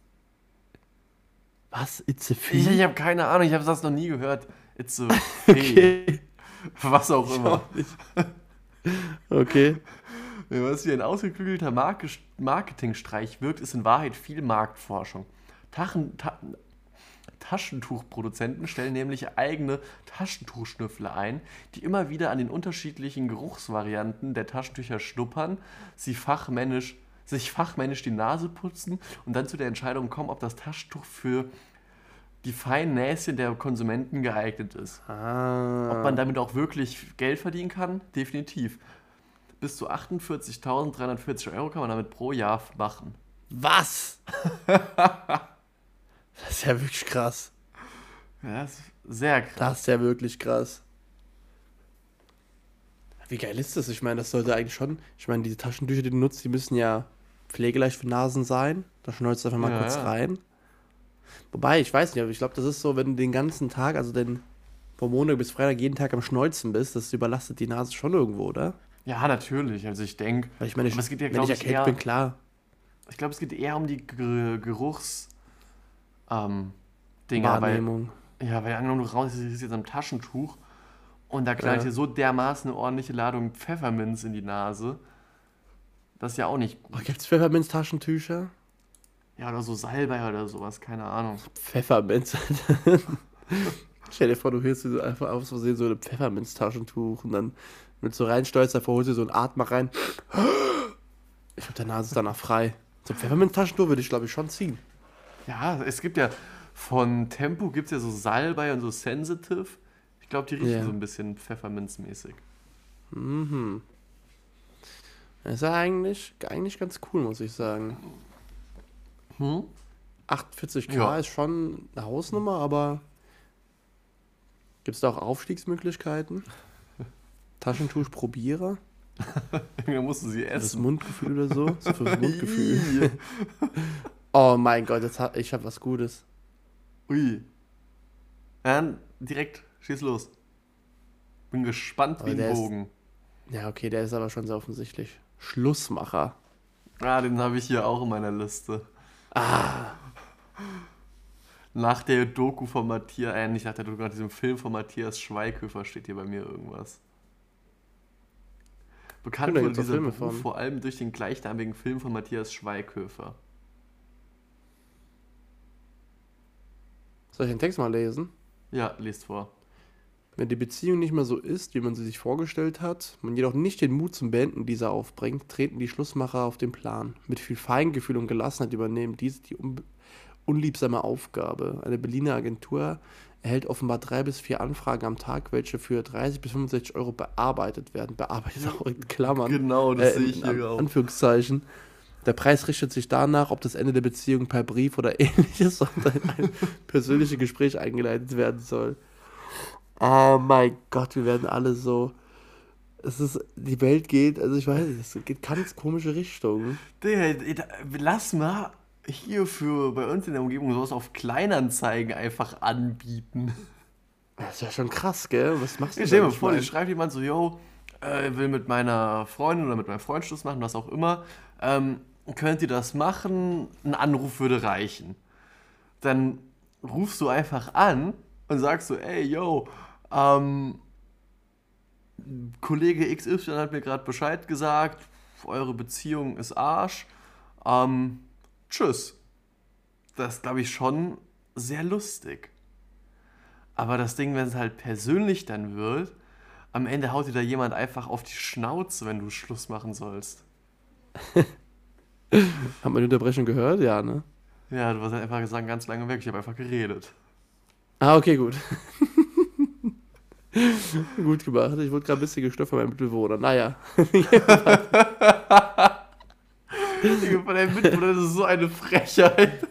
[SPEAKER 2] Was? It's a
[SPEAKER 1] Ich
[SPEAKER 2] Fee?
[SPEAKER 1] habe keine Ahnung, ich habe das noch nie gehört. It's a Fee.
[SPEAKER 2] Okay.
[SPEAKER 1] Was auch immer.
[SPEAKER 2] Okay.
[SPEAKER 1] Was wie ein ausgeklügelter Marketingstreich wirkt, ist in Wahrheit viel Marktforschung. Taschentuchproduzenten stellen nämlich eigene Taschentuchschnüffler ein, die immer wieder an den unterschiedlichen Geruchsvarianten der Taschentücher schnuppern, sich fachmännisch die Nase putzen und dann zu der Entscheidung kommen, ob das Taschentuch für die feinen Näschen der Konsumenten geeignet ist. Ob man damit auch wirklich Geld verdienen kann? Definitiv. Bis zu 48.340 Euro kann man damit pro Jahr machen.
[SPEAKER 2] Was? Das ist ja wirklich krass.
[SPEAKER 1] Ja, das ist sehr krass.
[SPEAKER 2] Das ist ja wirklich krass. Wie geil ist das? Ich meine, das sollte eigentlich schon... Ich meine, diese Taschentücher, die du nutzt, die müssen ja pflegeleicht für Nasen sein. Da schneuzt du einfach mal kurz rein. Wobei, ich weiß nicht, aber ich glaube, das ist so, wenn du den ganzen Tag, also vom Montag bis Freitag jeden Tag am Schneuzen bist, das überlastet die Nase schon irgendwo, oder?
[SPEAKER 1] Ja, natürlich. Also ich denke,
[SPEAKER 2] Weil ich meine,
[SPEAKER 1] es geht ja,
[SPEAKER 2] wenn
[SPEAKER 1] glaube
[SPEAKER 2] ich
[SPEAKER 1] ich,
[SPEAKER 2] erkältet bin, klar.
[SPEAKER 1] ich glaube, es geht eher um die Geruchs Dinger,
[SPEAKER 2] Wahrnehmung.
[SPEAKER 1] weil angenommen, du raus ist jetzt am Taschentuch und da knallt dir so dermaßen eine ordentliche Ladung Pfefferminz in die Nase. Das ist ja auch nicht gut.
[SPEAKER 2] Oh, gibt's Pfefferminz-Taschentücher?
[SPEAKER 1] Ja, oder so Salbei oder sowas, keine Ahnung.
[SPEAKER 2] Pfefferminz. Stell dir vor, du hörst dir so einfach aus Versehen so ein Pfefferminz-Taschentuch und dann mit so reinstolz, davor holst du so einen Atmer rein. Ich glaube, der Nase ist danach frei. So ein Pfefferminz-Taschentuch würde ich, glaube ich, schon ziehen.
[SPEAKER 1] Ja, es gibt ja von Tempo gibt es ja so Salbei und so Sensitive. Ich glaube, die riechen so ein bisschen pfefferminzmäßig.
[SPEAKER 2] Mhm. Das ist ja eigentlich ganz cool, muss ich sagen. 48k ist schon eine Hausnummer, aber gibt es da auch Aufstiegsmöglichkeiten? Taschentuchprobierer?
[SPEAKER 1] Dann musst du sie essen.
[SPEAKER 2] Das Mundgefühl oder so? So fürs Mundgefühl. Oh mein Gott, ich habe was Gutes.
[SPEAKER 1] Ui. Dann direkt, schieß los. Bin gespannt wie ein Bogen.
[SPEAKER 2] Ja, okay, der ist aber schon sehr offensichtlich. Schlussmacher.
[SPEAKER 1] Den habe ich hier auch in meiner Liste. Nach der Doku von Matthias, nicht nach der Doku, nach diesem Film von Matthias Schweighöfer steht hier bei mir irgendwas. Bekannt wurde dieser Beruf vor allem durch den gleichnamigen Film von Matthias Schweighöfer.
[SPEAKER 2] Soll ich den Text mal lesen?
[SPEAKER 1] Ja, lest vor.
[SPEAKER 2] Wenn die Beziehung nicht mehr so ist, wie man sie sich vorgestellt hat, man jedoch nicht den Mut zum Beenden dieser aufbringt, treten die Schlussmacher auf den Plan. Mit viel Feingefühl und Gelassenheit übernehmen diese die unliebsame Aufgabe. Eine Berliner Agentur erhält offenbar 3 bis 4 Anfragen am Tag, welche für 30 bis 65 Euro bearbeitet werden. Bearbeitet auch in Klammern.
[SPEAKER 1] Genau, das sehe ich hier auch.
[SPEAKER 2] Anführungszeichen. Der Preis richtet sich danach, ob das Ende der Beziehung per Brief oder ähnliches oder in ein persönliches Gespräch eingeleitet werden soll. Oh mein Gott, wir werden alle so... Die Welt geht, also ich weiß nicht, es geht ganz komische Richtungen.
[SPEAKER 1] Lass mal hier bei uns in der Umgebung sowas auf Kleinanzeigen einfach anbieten.
[SPEAKER 2] Das ist ja schon krass, gell? Was machst du?
[SPEAKER 1] Stell dir mal vor, dir schreibt jemand so, will mit meiner Freundin oder mit meinem Freund Schluss machen, was auch immer. Könnt ihr das machen? Ein Anruf würde reichen. Dann rufst du einfach an und sagst so, Kollege XY hat mir gerade Bescheid gesagt, eure Beziehung ist Arsch. Tschüss. Das ist, glaube ich, schon sehr lustig. Aber das Ding, wenn es halt persönlich dann wird, am Ende haut dir da jemand einfach auf die Schnauze, wenn du Schluss machen sollst.
[SPEAKER 2] Hat man die Unterbrechung gehört? Ja, ne?
[SPEAKER 1] Ja, du warst halt einfach gesagt, ganz lange weg. Ich habe einfach geredet.
[SPEAKER 2] Okay, gut. Gut gemacht. Ich wurde gerade ein bisschen gestört von meinem Mitbewohner. Naja.
[SPEAKER 1] Von deinem Mitbewohner, das ist so eine Frechheit.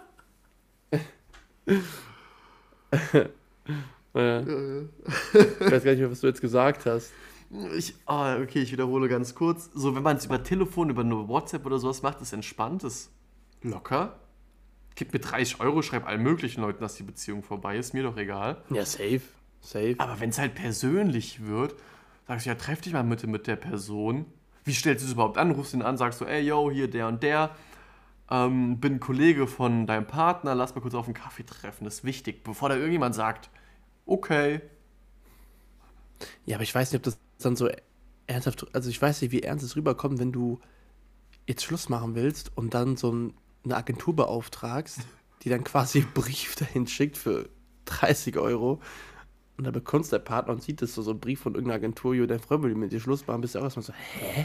[SPEAKER 2] Ja. Ich weiß gar nicht mehr, was du jetzt gesagt hast.
[SPEAKER 1] Okay, ich wiederhole ganz kurz. So, wenn man es über Telefon, über eine WhatsApp oder sowas macht, ist entspannt, ist locker. Gib mir 30 Euro, schreib allen möglichen Leuten, dass die Beziehung vorbei ist, mir doch egal.
[SPEAKER 2] Ja, safe.
[SPEAKER 1] Aber wenn es halt persönlich wird, sagst du, ja, treff dich mal mit der Person. Wie stellst du es überhaupt an? Rufst ihn an, sagst du, hier der und der, bin Kollege von deinem Partner, lass mal kurz auf einen Kaffee treffen, das ist wichtig, bevor da irgendjemand sagt, okay.
[SPEAKER 2] Ja, aber ich weiß nicht, ob das dann so ernsthaft, also ich weiß nicht, wie ernst es rüberkommt, wenn du jetzt Schluss machen willst und dann so eine Agentur beauftragst, die dann quasi einen Brief dahin schickt für 30 Euro und dann bekommst der Partner und sieht das so einen Brief von irgendeiner Agentur, dein Freund will mit dir Schluss machen, bist du auch erstmal so, hä?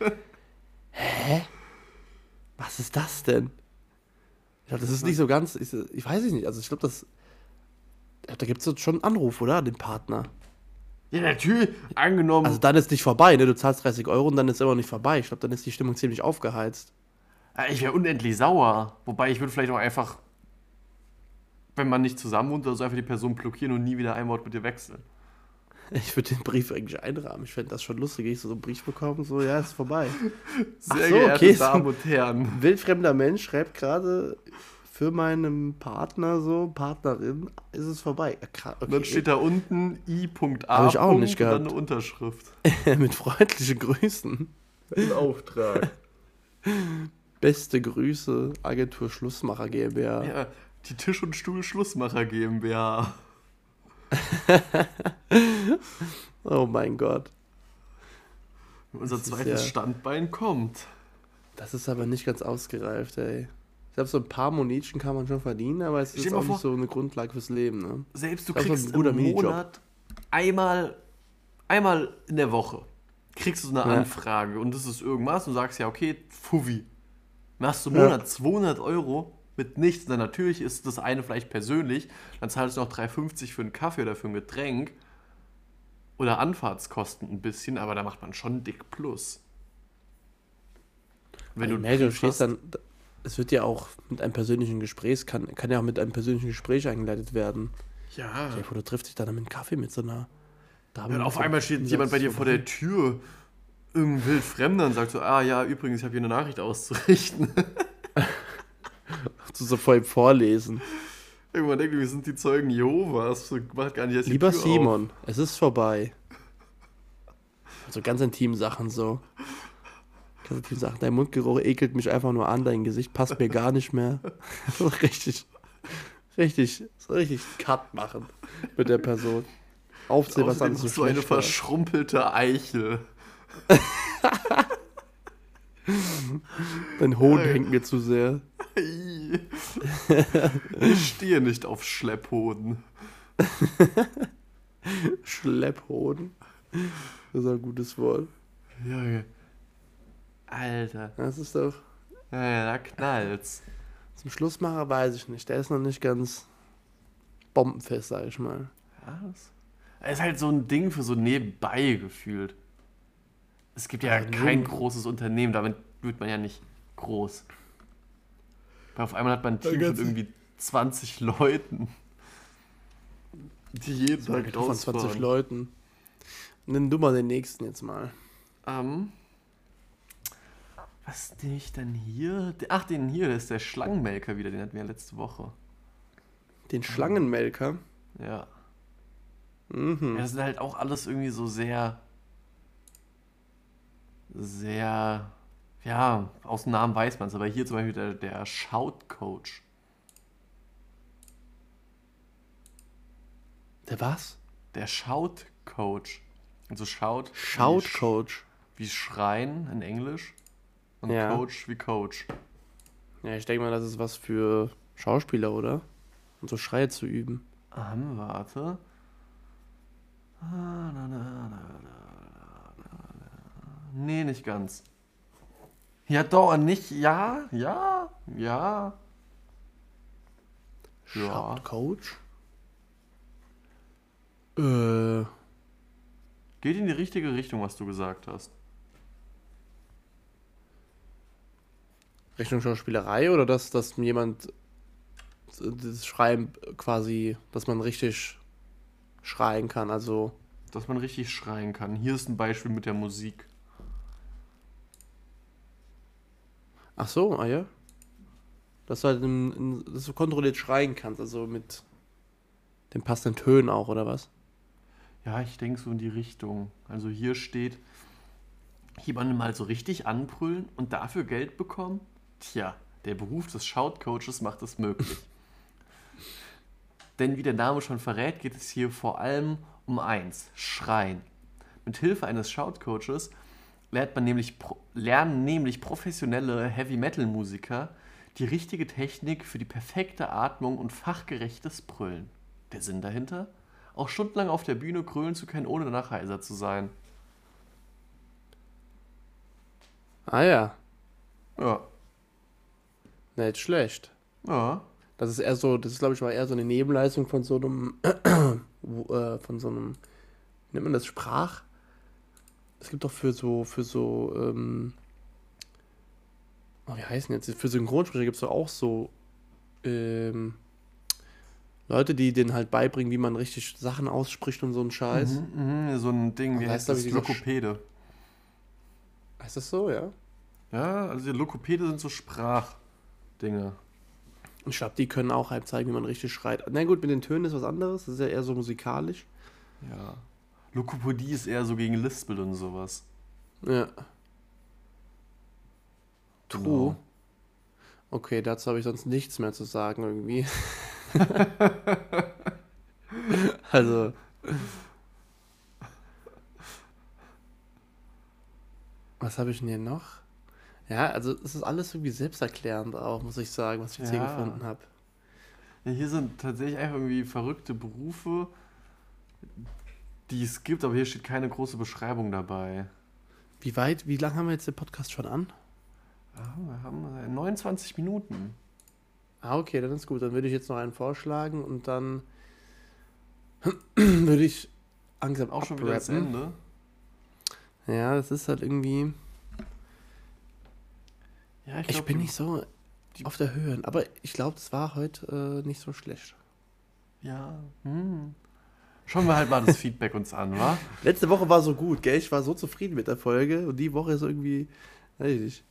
[SPEAKER 2] Was ist das denn? Ich glaube, das ist nicht so ganz, ich weiß es nicht, also ich glaube, da gibt es schon einen Anruf, oder? Den Partner.
[SPEAKER 1] Ja, natürlich, angenommen.
[SPEAKER 2] Also dann ist nicht vorbei, ne? Du zahlst 30 Euro und dann ist es immer nicht vorbei. Ich glaube, dann ist die Stimmung ziemlich aufgeheizt.
[SPEAKER 1] Ich wäre unendlich sauer. Wobei ich würde vielleicht auch einfach, wenn man nicht zusammen wohnt, also einfach die Person blockieren und nie wieder ein Wort mit dir wechseln.
[SPEAKER 2] Ich würde den Brief eigentlich einrahmen. Ich fände das schon lustig, ich so einen Brief bekommen, so, ja, ist vorbei.
[SPEAKER 1] Sehr geehrte Damen und Herren.
[SPEAKER 2] Ein wildfremder Mensch schreibt gerade für meinen Partner, Partnerin, ist es vorbei. Okay.
[SPEAKER 1] Und dann steht da unten I.A.
[SPEAKER 2] Habe ich auch nicht gehabt.
[SPEAKER 1] Und dann eine Unterschrift.
[SPEAKER 2] Mit freundlichen Grüßen.
[SPEAKER 1] Ein Auftrag.
[SPEAKER 2] Beste Grüße, Agentur Schlussmacher GmbH.
[SPEAKER 1] Ja, die Tisch- und Stuhl Schlussmacher GmbH.
[SPEAKER 2] Oh mein Gott.
[SPEAKER 1] Unser zweites Standbein kommt.
[SPEAKER 2] Das ist aber nicht ganz ausgereift, ey. Ich glaube, so ein paar Monetchen kann man schon verdienen, aber es ist auch nicht so eine Grundlage fürs Leben, ne?
[SPEAKER 1] Selbst du kriegst im Monat einmal in der Woche kriegst du so eine Anfrage und das ist irgendwas und sagst ja, okay, Fuffi. Machst du im Monat 200 Euro mit nichts, dann natürlich ist das eine vielleicht persönlich, dann zahlst du noch 3,50 für einen Kaffee oder für ein Getränk oder Anfahrtskosten ein bisschen, aber da macht man schon dick Plus.
[SPEAKER 2] Wenn du stehst dann, es wird ja auch mit einem persönlichen Gespräch, kann ja auch mit einem persönlichen Gespräch eingeleitet werden.
[SPEAKER 1] Ja.
[SPEAKER 2] Du triffst dich dann mit einem Kaffee mit so einer Dame.
[SPEAKER 1] Ja, auf einmal steht jemand bei dir vor der Tür, irgendein Wildfremder und sagt so, übrigens, ich habe hier eine Nachricht auszurichten.
[SPEAKER 2] So vor ihm vorlesen.
[SPEAKER 1] Irgendwann denkt, wir sind die Zeugen Jehovas. So, macht gar nicht erst die
[SPEAKER 2] Lieber
[SPEAKER 1] Tür
[SPEAKER 2] Simon,
[SPEAKER 1] auf.
[SPEAKER 2] es ist vorbei. Also ganz intime Sachen so. Kannst du sagen, dein Mundgeruch ekelt mich einfach nur an, dein Gesicht passt mir gar nicht mehr. So richtig Cut machen mit der Person. Aufzählen, was alles so
[SPEAKER 1] so eine
[SPEAKER 2] schlecht war.
[SPEAKER 1] verschrumpelte Eichel.
[SPEAKER 2] Dein Hohn hängt mir zu sehr.
[SPEAKER 1] Ich stehe nicht auf Schlepphoden.
[SPEAKER 2] Schlepphoden. Das ist ein gutes Wort.
[SPEAKER 1] Junge. Alter.
[SPEAKER 2] Das ist doch...
[SPEAKER 1] Ja, da knallt's.
[SPEAKER 2] Zum Schlussmacher weiß ich nicht. Der ist noch nicht ganz bombenfest, sag ich mal.
[SPEAKER 1] Was? Es ist halt so ein Ding für so nebenbei gefühlt. Es gibt ja kein großes Unternehmen, damit wird man ja nicht groß. Weil auf einmal hat man ein Team von irgendwie 20 Leuten, die jeden Tag
[SPEAKER 2] von 20 Leuten. Nimm du mal den nächsten jetzt mal.
[SPEAKER 1] Was nehme ich denn hier? Ach, den hier, das ist der Schlangenmelker wieder, den hatten wir ja letzte Woche.
[SPEAKER 2] Den Schlangenmelker?
[SPEAKER 1] Ja.
[SPEAKER 2] Mhm.
[SPEAKER 1] Ja, das sind halt auch alles irgendwie so sehr, ja, aus dem Namen weiß man es, aber hier zum Beispiel der Shout-Coach.
[SPEAKER 2] Der was?
[SPEAKER 1] Der Shout-Coach. Also
[SPEAKER 2] Shout-Coach.
[SPEAKER 1] Wie Schreien in Englisch und
[SPEAKER 2] Ja.
[SPEAKER 1] Coach wie Coach.
[SPEAKER 2] Ja, ich denke mal, das ist was für Schauspieler, oder? Und so Schreie zu üben.
[SPEAKER 1] Warte. Nee, nicht ganz. Ja, doch, nicht. Ja.
[SPEAKER 2] Shout-Coach?
[SPEAKER 1] Geht in die richtige Richtung, was du gesagt hast.
[SPEAKER 2] Richtung Schauspielerei oder dass jemand das Schreien quasi, dass man richtig schreien kann, also...
[SPEAKER 1] Dass man richtig schreien kann. Hier ist ein Beispiel mit der Musik.
[SPEAKER 2] Ach so, ja. Dass du halt dass du kontrolliert schreien kannst, also mit den passenden Tönen auch, oder was?
[SPEAKER 1] Ja, ich denke so in die Richtung. Also hier steht, jemanden mal so richtig anbrüllen und dafür Geld bekommen? Tja, der Beruf des Shout-Coaches macht es möglich. Denn wie der Name schon verrät, geht es hier vor allem um eins, Schreien. Mit Hilfe eines Shout-Coaches lernen nämlich professionelle Heavy-Metal-Musiker die richtige Technik für die perfekte Atmung und fachgerechtes Brüllen. Der Sinn dahinter? Auch stundenlang auf der Bühne grölen zu können, ohne danach heiser zu sein.
[SPEAKER 2] Ah ja,
[SPEAKER 1] Ja.
[SPEAKER 2] nicht schlecht.
[SPEAKER 1] Ja.
[SPEAKER 2] Das ist glaube ich mal eher so eine Nebenleistung von so einem, wie nennt man das, es gibt doch wie heißen jetzt, für Synchronsprecher gibt es doch auch so, Leute, die denen halt beibringen, wie man richtig Sachen ausspricht und so einen Scheiß.
[SPEAKER 1] So ein Ding, wie heißt das? Lokopäde.
[SPEAKER 2] Heißt das so, ja?
[SPEAKER 1] Ja, also die Lokopäde sind so Sprachdinge.
[SPEAKER 2] Ich glaube, die können auch halt zeigen, wie man richtig schreit. Na gut, mit den Tönen ist was anderes. Das ist ja eher so musikalisch.
[SPEAKER 1] Ja. Lokopädie ist eher so gegen Lispel und sowas.
[SPEAKER 2] Ja. True.
[SPEAKER 1] Genau.
[SPEAKER 2] Okay, dazu habe ich sonst nichts mehr zu sagen irgendwie. Also. Was habe ich denn hier noch? Ja, also es ist alles irgendwie selbsterklärend auch, muss ich sagen, was ich jetzt hier gefunden habe.
[SPEAKER 1] Ja, hier sind tatsächlich einfach irgendwie verrückte Berufe, die es gibt, aber hier steht keine große Beschreibung dabei.
[SPEAKER 2] Wie lange haben wir jetzt den Podcast schon an?
[SPEAKER 1] Wir haben 29 Minuten.
[SPEAKER 2] Ah, okay, dann ist gut. Dann würde ich jetzt noch einen vorschlagen und dann würde ich langsam
[SPEAKER 1] auch schon wieder das Ende.
[SPEAKER 2] Ja, das ist halt irgendwie...
[SPEAKER 1] Ja,
[SPEAKER 2] ich bin nicht so auf der Höhe, aber ich glaube, das war heute nicht so schlecht.
[SPEAKER 1] Ja, Schauen wir halt mal das Feedback uns an, wa?
[SPEAKER 2] Letzte Woche war so gut, gell? Ich war so zufrieden mit der Folge und die Woche ist irgendwie... Weiß ich nicht.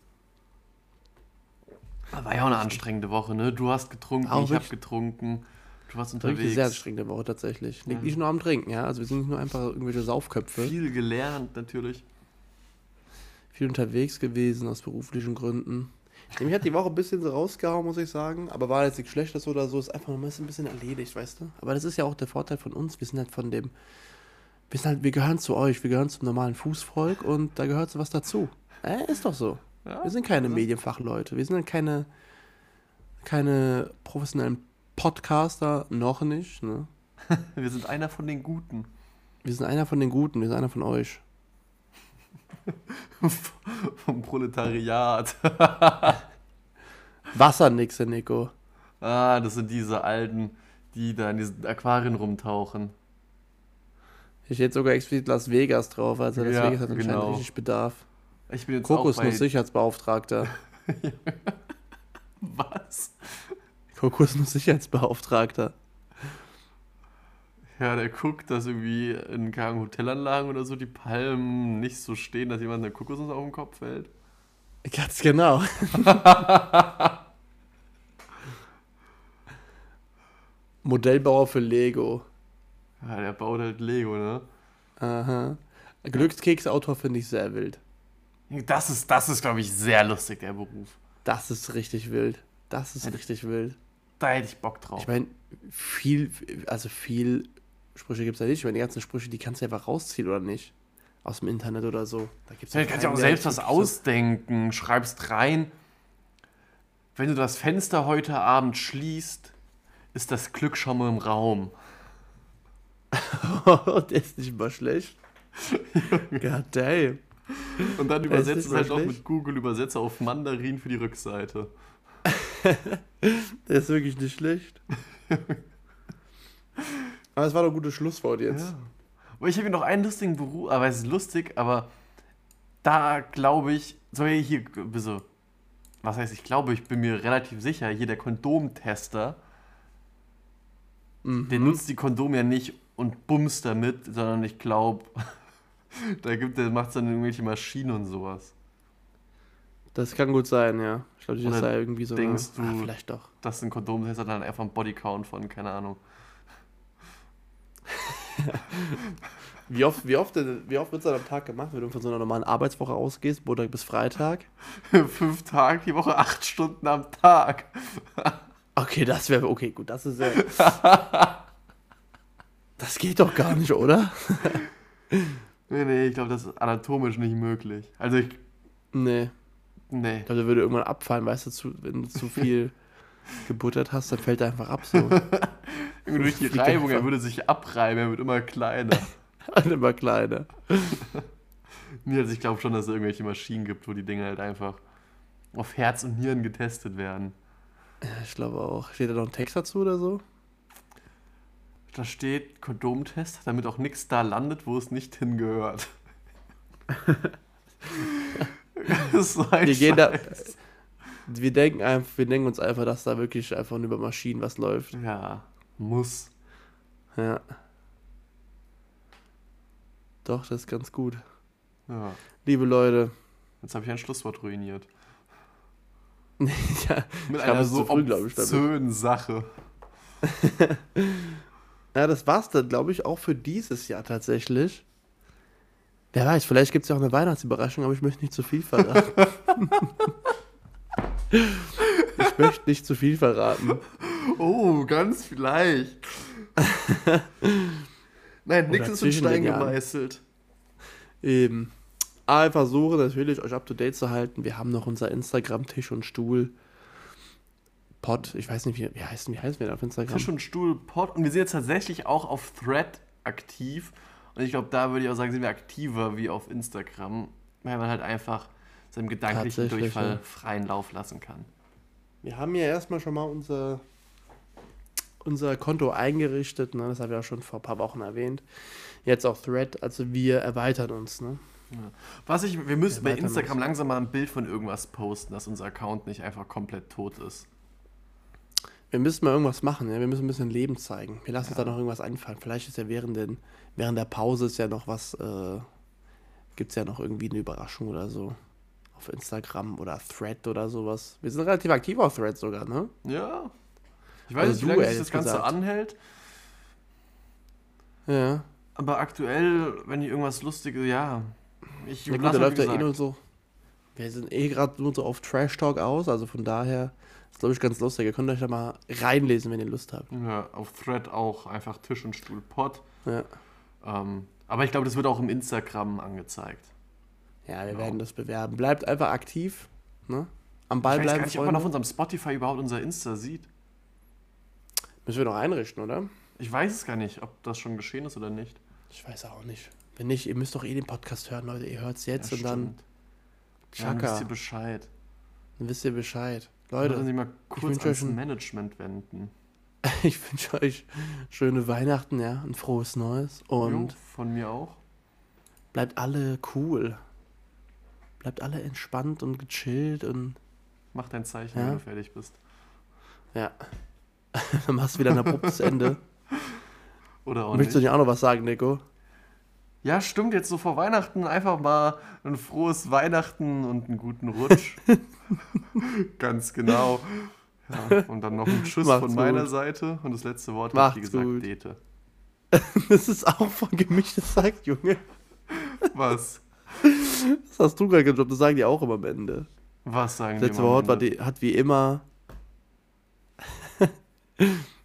[SPEAKER 1] War ja auch eine anstrengende Woche, ne? Du hast getrunken, ich habe getrunken, du warst unterwegs.
[SPEAKER 2] Wirklich sehr anstrengende Woche tatsächlich. Liegt nicht nur am Trinken, ja? Also wir sind nicht nur einfach irgendwelche Saufköpfe.
[SPEAKER 1] Viel gelernt natürlich.
[SPEAKER 2] viel unterwegs gewesen aus beruflichen Gründen. Mich hat die Woche ein bisschen so rausgehauen, muss ich sagen. Aber war jetzt nichts Schlechtes oder so. Ist einfach nur ein bisschen erledigt, weißt du? Aber das ist ja auch der Vorteil von uns. Wir sind halt wir gehören zu euch. Wir gehören zum normalen Fußvolk und da gehört sowas dazu. Ist doch so.
[SPEAKER 1] Ja,
[SPEAKER 2] wir sind keine Medienfachleute. Wir sind halt keine professionellen Podcaster. Noch nicht, ne?
[SPEAKER 1] Wir sind einer von den Guten.
[SPEAKER 2] Wir sind einer von den Guten. Wir sind einer von euch.
[SPEAKER 1] Vom Proletariat.
[SPEAKER 2] Wassernixe, Nico.
[SPEAKER 1] Das sind diese Alten, die da in diesen Aquarien rumtauchen.
[SPEAKER 2] Hier steht sogar explizit Las Vegas drauf, also Las
[SPEAKER 1] Ja,
[SPEAKER 2] Vegas hat anscheinend
[SPEAKER 1] genau.
[SPEAKER 2] richtig Bedarf.
[SPEAKER 1] Ich bin jetzt auch bei...
[SPEAKER 2] Kokosnuss-Sicherheitsbeauftragter.
[SPEAKER 1] Was?
[SPEAKER 2] Kokosnuss-Sicherheitsbeauftragter.
[SPEAKER 1] Ja, der guckt, dass irgendwie in Hotelanlagen oder so die Palmen nicht so stehen, dass jemand eine Kokosnuss auf den Kopf fällt.
[SPEAKER 2] Ganz genau. Modellbauer für Lego.
[SPEAKER 1] Ja, der baut halt Lego, ne?
[SPEAKER 2] Aha. Glückskeksautor finde ich sehr wild.
[SPEAKER 1] Das ist, glaube ich, sehr lustig, der Beruf.
[SPEAKER 2] Das ist richtig wild. Richtig wild.
[SPEAKER 1] Da hätte ich Bock drauf.
[SPEAKER 2] Ich meine, viel Sprüche gibt es ja nicht. Ich meine, die ganzen Sprüche, die kannst du einfach rausziehen, oder nicht? Aus dem Internet oder so. Da gibt's
[SPEAKER 1] Du kannst ja auch selbst was ausdenken. Schreibst rein. Wenn du das Fenster heute Abend schließt, ist das Glück schon mal im Raum.
[SPEAKER 2] Der ist nicht mal schlecht. God damn.
[SPEAKER 1] Und dann übersetzt es halt auch mit Google Übersetzer auf Mandarin für die Rückseite.
[SPEAKER 2] Der ist wirklich nicht schlecht. Aber es war doch ein gutes Schlusswort jetzt.
[SPEAKER 1] Ja. Aber ich habe hier noch einen lustigen Beruf, aber es ist lustig, aber da glaube ich, was heißt ich glaube, ich bin mir relativ sicher, hier der Kondomtester, der nutzt die Kondome ja nicht und bumst damit, sondern ich glaube, der macht es dann in irgendwelche Maschinen und sowas.
[SPEAKER 2] Das kann gut sein, ja. Ich glaube, das
[SPEAKER 1] Oder
[SPEAKER 2] sei irgendwie so.
[SPEAKER 1] Denkst du,
[SPEAKER 2] vielleicht doch.
[SPEAKER 1] dass ein Kondomtester dann einfach einen Bodycount von, keine Ahnung.
[SPEAKER 2] Wie oft wird es dann am Tag gemacht, wenn du von so einer normalen Arbeitswoche ausgehst, Montag bis Freitag?
[SPEAKER 1] 5 Tage die Woche, 8 Stunden am Tag.
[SPEAKER 2] Okay, okay, gut, das ist ja... Das geht doch gar nicht, oder?
[SPEAKER 1] Nee, ich glaube, das ist anatomisch nicht möglich. Also
[SPEAKER 2] Nee.
[SPEAKER 1] Nee.
[SPEAKER 2] Ich glaube, der würde irgendwann abfallen, weißt du, wenn du zu viel gebuttert hast, dann fällt er einfach ab so.
[SPEAKER 1] Durch die Reibung, er würde sich abreiben, er wird immer kleiner.
[SPEAKER 2] Und immer kleiner.
[SPEAKER 1] Nee, also ich glaube schon, dass es irgendwelche Maschinen gibt, wo die Dinge halt einfach auf Herz und Nieren getestet werden.
[SPEAKER 2] Ja, ich glaube auch. Steht da noch ein Text dazu oder so?
[SPEAKER 1] Da steht Kondomtest, damit auch nichts da landet, wo es nicht hingehört. Das ist so ein Scheiß.
[SPEAKER 2] Wir denken uns einfach, dass da wirklich einfach über Maschinen was läuft.
[SPEAKER 1] Ja, muss.
[SPEAKER 2] Ja. Doch, das ist ganz gut.
[SPEAKER 1] Ja.
[SPEAKER 2] Liebe Leute.
[SPEAKER 1] Jetzt habe ich ein Schlusswort ruiniert.
[SPEAKER 2] Ja,
[SPEAKER 1] mit einer so obszönen Sache.
[SPEAKER 2] Ja, das war's dann, glaube ich, auch für dieses Jahr tatsächlich. Wer weiß, vielleicht gibt es ja auch eine Weihnachtsüberraschung, aber ich möchte nicht zu viel verraten. Ich möchte nicht zu viel verraten.
[SPEAKER 1] Oh, ganz vielleicht. Nein, nichts ist in Stein gemeißelt.
[SPEAKER 2] Eben. Aber wir versuchen natürlich, euch up to date zu halten. Wir haben noch unser Instagram Tisch und Stuhl Pod. Ich weiß nicht, wie heißen wir auf Instagram?
[SPEAKER 1] Tisch und Stuhl Pod. Und wir sind jetzt tatsächlich auch auf Thread aktiv. Und ich glaube, da würde ich auch sagen, sind wir aktiver wie auf Instagram. Weil man halt einfach seinem gedanklichen Durchfall freien Lauf lassen kann.
[SPEAKER 2] Wir haben ja erstmal schon mal unser Konto eingerichtet, ne? Das habe ich ja schon vor ein paar Wochen erwähnt. Jetzt auch Thread, also wir erweitern uns, ne?
[SPEAKER 1] Ja. Wir müssen bei Instagram langsam mal ein Bild von irgendwas posten, dass unser Account nicht einfach komplett tot ist.
[SPEAKER 2] Wir müssen mal irgendwas machen, ja? Wir müssen ein bisschen Leben zeigen. Wir lassen uns da noch irgendwas einfallen. Vielleicht ist ja während der Pause ist ja noch was, gibt es ja noch irgendwie eine Überraschung oder so. Auf Instagram oder Thread oder sowas. Wir sind relativ aktiv auf Thread sogar, ne?
[SPEAKER 1] Ja. Ich weiß nicht, wie lange sich das Ganze anhält.
[SPEAKER 2] Ja.
[SPEAKER 1] Aber aktuell, wenn ich irgendwas Lustiges, ja.
[SPEAKER 2] Ja gut, da läuft ja eh nur so. wir sind gerade nur so auf Trash Talk aus, also von daher ist, glaube ich, ganz lustig. Ihr könnt euch da mal reinlesen, wenn ihr Lust habt.
[SPEAKER 1] Ja, auf Thread auch einfach Tisch und Stuhl Pod.
[SPEAKER 2] Ja.
[SPEAKER 1] Aber ich glaube, das wird auch im Instagram angezeigt.
[SPEAKER 2] Ja, wir werden das bewerben. Bleibt einfach aktiv, ne? Am Ball
[SPEAKER 1] Ich weiß
[SPEAKER 2] bleiben,
[SPEAKER 1] gar nicht, ob man auf unserem Spotify überhaupt unser Insta sieht.
[SPEAKER 2] Müssen wir noch einrichten, oder?
[SPEAKER 1] Ich weiß es gar nicht, ob das schon geschehen ist oder nicht.
[SPEAKER 2] Ich weiß auch nicht. Wenn nicht, ihr müsst doch den Podcast hören, Leute. Ihr hört es jetzt und dann
[SPEAKER 1] Chaka. Dann wisst ihr Bescheid.
[SPEAKER 2] Dann wisst ihr Bescheid. Leute,
[SPEAKER 1] dann Sie mal kurz ans Management wenden.
[SPEAKER 2] Ich wünsche euch schöne Weihnachten, ja, ein frohes Neues. Und
[SPEAKER 1] von mir auch.
[SPEAKER 2] Bleibt alle cool. Bleibt alle entspannt und gechillt und...
[SPEAKER 1] Mach dein Zeichen, wenn du fertig bist.
[SPEAKER 2] Ja. Dann machst du wieder ein abruptes Ende.
[SPEAKER 1] Oder auch
[SPEAKER 2] Möchtest du dir auch noch was sagen, Nico?
[SPEAKER 1] Ja, stimmt, jetzt so vor Weihnachten einfach mal ein frohes Weihnachten und einen guten Rutsch. Ganz genau. Ja, und dann noch ein Tschüss von meiner Seite und das letzte Wort hat, wie gesagt, Dete.
[SPEAKER 2] Das ist auch von gemischtes Hack, Junge.
[SPEAKER 1] Was?
[SPEAKER 2] Das hast du gerade gesagt, das sagen die auch immer am Ende.
[SPEAKER 1] Was sagen
[SPEAKER 2] die immer am Ende? Das letzte Wort hat wie immer...